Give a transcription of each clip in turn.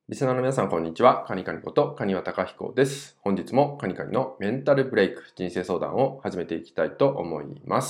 リスナーの皆さん、こんにちは。カニカニことカニワタカヒコです。本日もカニカニのメンタルブレイク人生相談を始めていきたいと思います。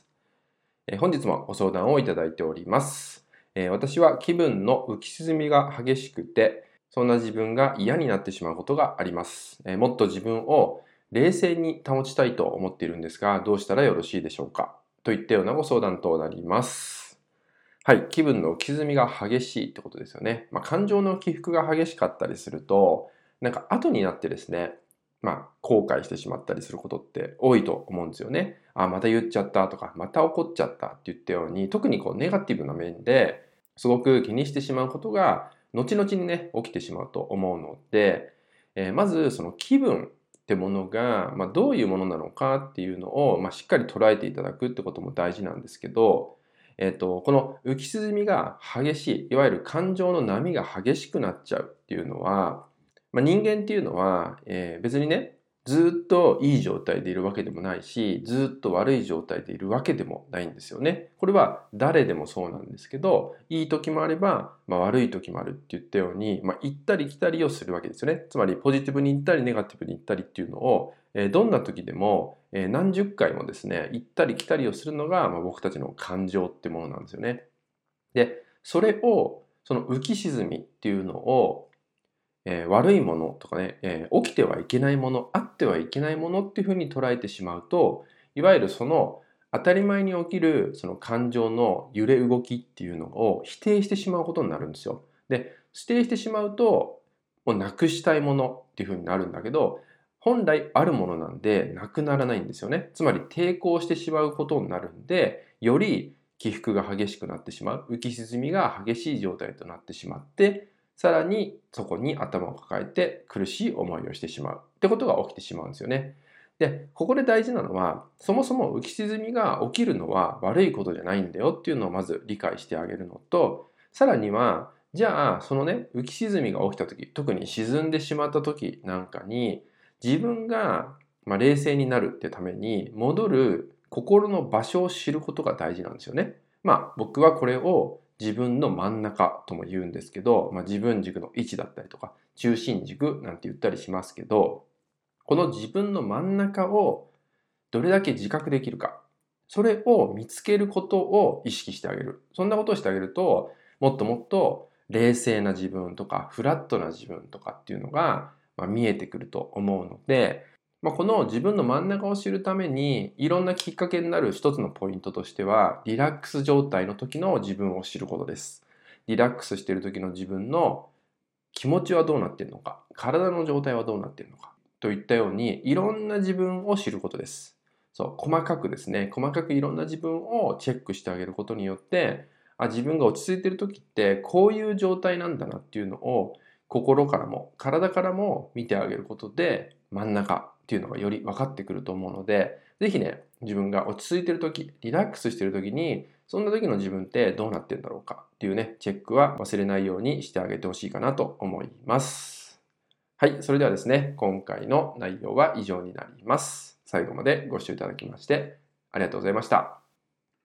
本日もご相談をいただいております。私は気分の浮き沈みが激しくて、そんな自分が嫌になってしまうことがあります。もっと自分を冷静に保ちたいと思っているんですが、どうしたらよろしいでしょうか、といったようなご相談となります。はい。気分の浮き沈みが激しいってことですよね。感情の起伏が激しかったりすると、後になってですね、後悔してしまったりすることって多いと思うんですよね。また言っちゃったとか、また怒っちゃったって言ったように、特にネガティブな面ですごく気にしてしまうことが、後々にね、起きてしまうと思うので、まずその気分ってものが、どういうものなのかっていうのを、しっかり捉えていただくってことも大事なんですけど、この浮き沈みが激しい、いわゆる感情の波が激しくなっちゃうっていうのは、人間っていうのは、別にね、ずっといい状態でいるわけでもないし、ずっと悪い状態でいるわけでもないんですよね。これは誰でもそうなんですけど、いい時もあれば、悪い時もあるって言ったように、行ったり来たりをするわけですよね。つまりポジティブに行ったりネガティブに行ったりっていうのを、どんな時でも、何十回もですね、行ったり来たりをするのが、僕たちの感情ってものなんですよね。で、それを、その浮き沈みっていうのを、悪いものとかね、起きてはいけないもの、あってはいけないものっていうふうに捉えてしまうと、いわゆるその当たり前に起きるその感情の揺れ動きっていうのを否定してしまうことになるんですよ。で、否定してしまうと、もうなくしたいものっていうふうになるんだけど、本来あるものなんでなくならないんですよね。つまり抵抗してしまうことになるんで、より起伏が激しくなってしまう、浮き沈みが激しい状態となってしまって、さらにそこに頭を抱えて苦しい思いをしてしまうってことが起きてしまうんですよね。で、ここで大事なのは、そもそも浮き沈みが起きるのは悪いことじゃないんだよっていうのをまず理解してあげるのと、さらには、じゃあそのね、浮き沈みが起きた時、特に沈んでしまった時なんかに、自分が冷静になるってために戻る心の場所を知ることが大事なんですよね。僕はこれを自分の真ん中とも言うんですけど、自分軸の位置だったりとか、中心軸なんて言ったりしますけど、この自分の真ん中をどれだけ自覚できるか、それを見つけることを意識してあげる。そんなことをしてあげると、もっともっと冷静な自分とか、フラットな自分とかっていうのが、見えてくると思うので、この自分の真ん中を知るために、いろんなきっかけになる一つのポイントとしては、リラックス状態の時の自分を知ることです。リラックスしている時の自分の気持ちはどうなっているのか、体の状態はどうなっているのか、といったように、いろんな自分を知ることです。そう、細かくですね、細かくいろんな自分をチェックしてあげることによって、自分が落ち着いている時ってこういう状態なんだなっていうのを心からも体からも見てあげることで真ん中っていうのがより分かってくると思うので、ぜひね、自分が落ち着いている時、リラックスしている時に、そんな時の自分ってどうなってんだろうかっていうね、チェックは忘れないようにしてあげてほしいかなと思います。はい、それではですね、今回の内容は以上になります。最後までご視聴いただきましてありがとうございました。